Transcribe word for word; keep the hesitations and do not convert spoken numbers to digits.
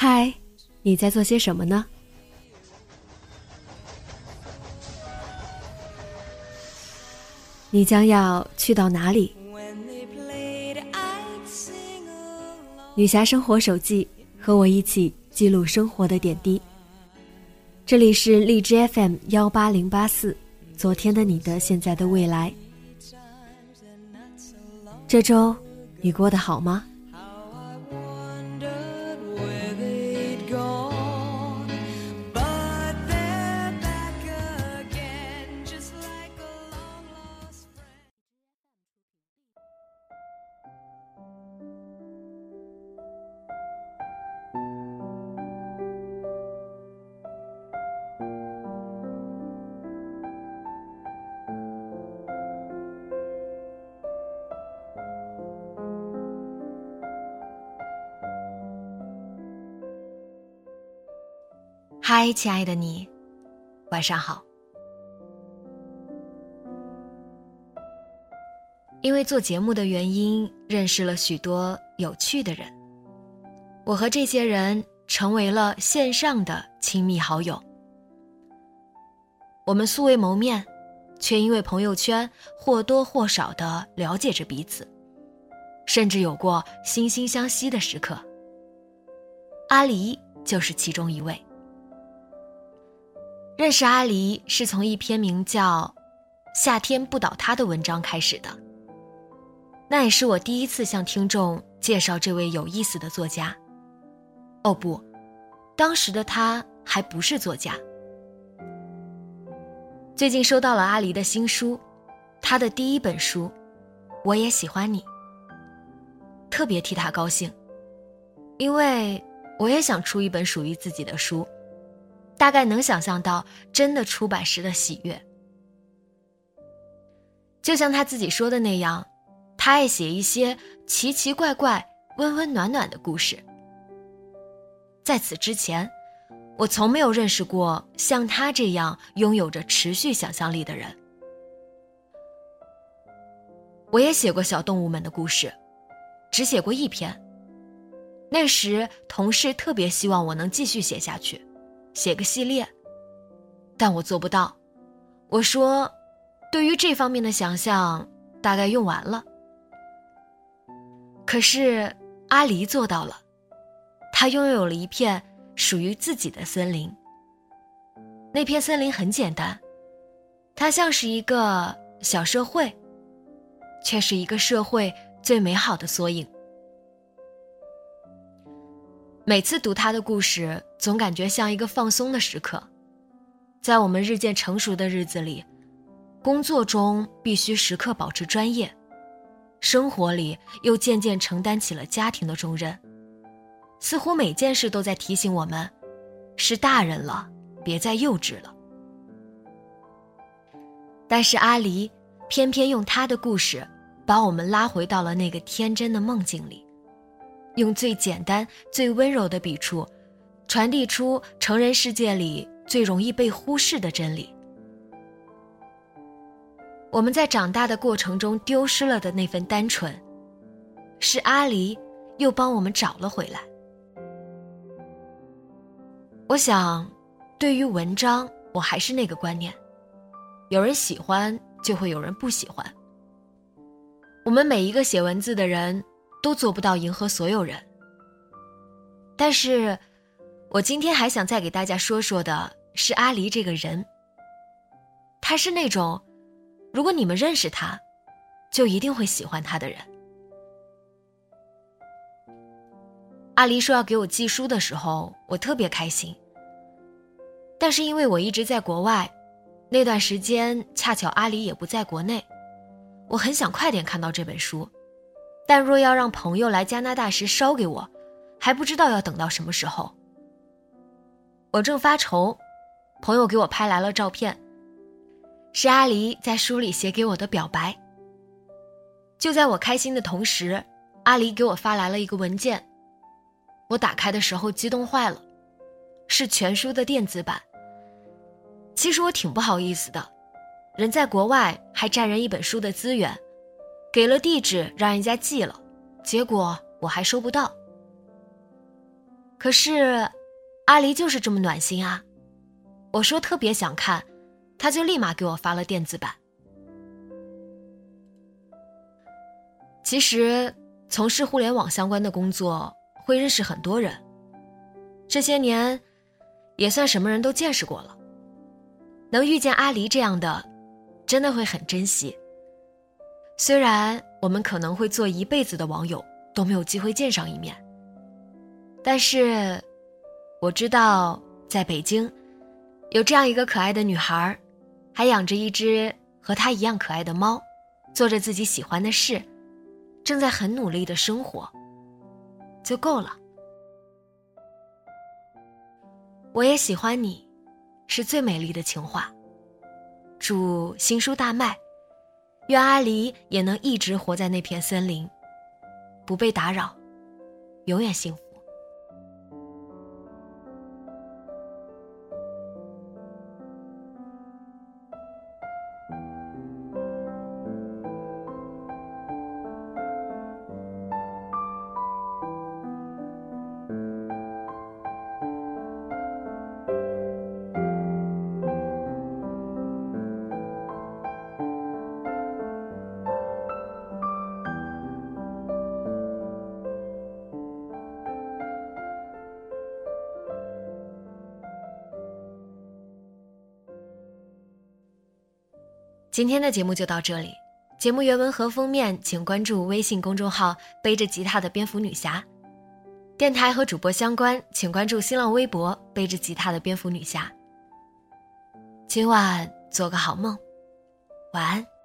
嗨，你在做些什么呢？你将要去到哪里？女侠生活手记，和我一起记录生活的点滴。这里是荔枝 F M 一八零八四，昨天的你的现在的未来。这周你过得好吗？ 嗨，亲爱的你，晚上好。因为做节目的原因，认识了许多有趣的人，我和这些人成为了线上的亲密好友。我们素未谋面，却因为朋友圈或多或少地了解着彼此，甚至有过惺惺相惜的时刻。阿黎就是其中一位。认识阿黎是从一篇名叫《夏天不倒塌》的文章开始的，那也是我第一次向听众介绍这位有意思的作家。哦不，当时的他还不是作家。最近收到了阿黎的新书，他的第一本书《我也喜欢你》，特别替他高兴，因为我也想出一本属于自己的书，大概能想象到真的出版时的喜悦。就像他自己说的那样，他爱写一些奇奇怪怪、温温暖暖的故事。在此之前，我从没有认识过像他这样拥有着持续想象力的人。我也写过小动物们的故事，只写过一篇。那时同事特别希望我能继续写下去，写个系列，但我做不到。我说，对于这方面的想象，大概用完了。可是阿黎做到了，他拥有了一片属于自己的森林。那片森林很简单，它像是一个小社会，却是一个社会最美好的缩影。每次读他的故事，总感觉像一个放松的时刻。在我们日渐成熟的日子里，工作中必须时刻保持专业，生活里又渐渐承担起了家庭的重任，似乎每件事都在提醒我们，是大人了，别再幼稚了。但是阿黎偏偏用他的故事，把我们拉回到了那个天真的梦境里，用最简单、最温柔的笔触，传递出成人世界里最容易被忽视的真理。我们在长大的过程中丢失了的那份单纯，是阿黎又帮我们找了回来。我想，对于文章，我还是那个观念，有人喜欢，就会有人不喜欢。我们每一个写文字的人，都做不到迎合所有人。但是，我今天还想再给大家说说的是阿黎这个人。他是那种，如果你们认识他，就一定会喜欢他的人。阿黎说要给我寄书的时候，我特别开心。但是因为我一直在国外，那段时间恰巧阿黎也不在国内，我很想快点看到这本书，但若要让朋友来加拿大时捎给我，还不知道要等到什么时候。我正发愁，朋友给我拍来了照片，是阿黎在书里写给我的表白。就在我开心的同时，阿黎给我发来了一个文件，我打开的时候激动坏了，是全书的电子版。其实我挺不好意思的，人在国外还占人一本书的资源，给了地址让人家寄了，结果我还收不到。 可是阿离就是这么暖心啊，我说特别想看，他就立马给我发了电子版。其实从事互联网相关的工作会认识很多人，这些年也算什么人都见识过了，能遇见阿离这样的真的会很珍惜。虽然我们可能会做一辈子的网友都没有机会见上一面，但是我知道在北京有这样一个可爱的女孩，还养着一只和她一样可爱的猫，做着自己喜欢的事，正在很努力的生活，就够了。我也喜欢你，是最美丽的情话。祝新书大卖，愿阿离也能一直活在那片森林，不被打扰，永远幸福。今天的节目就到这里，节目原文和封面请关注微信公众号背着吉他的蝙蝠女侠，电台和主播相关请关注新浪微博背着吉他的蝙蝠女侠。今晚做个好梦，晚安。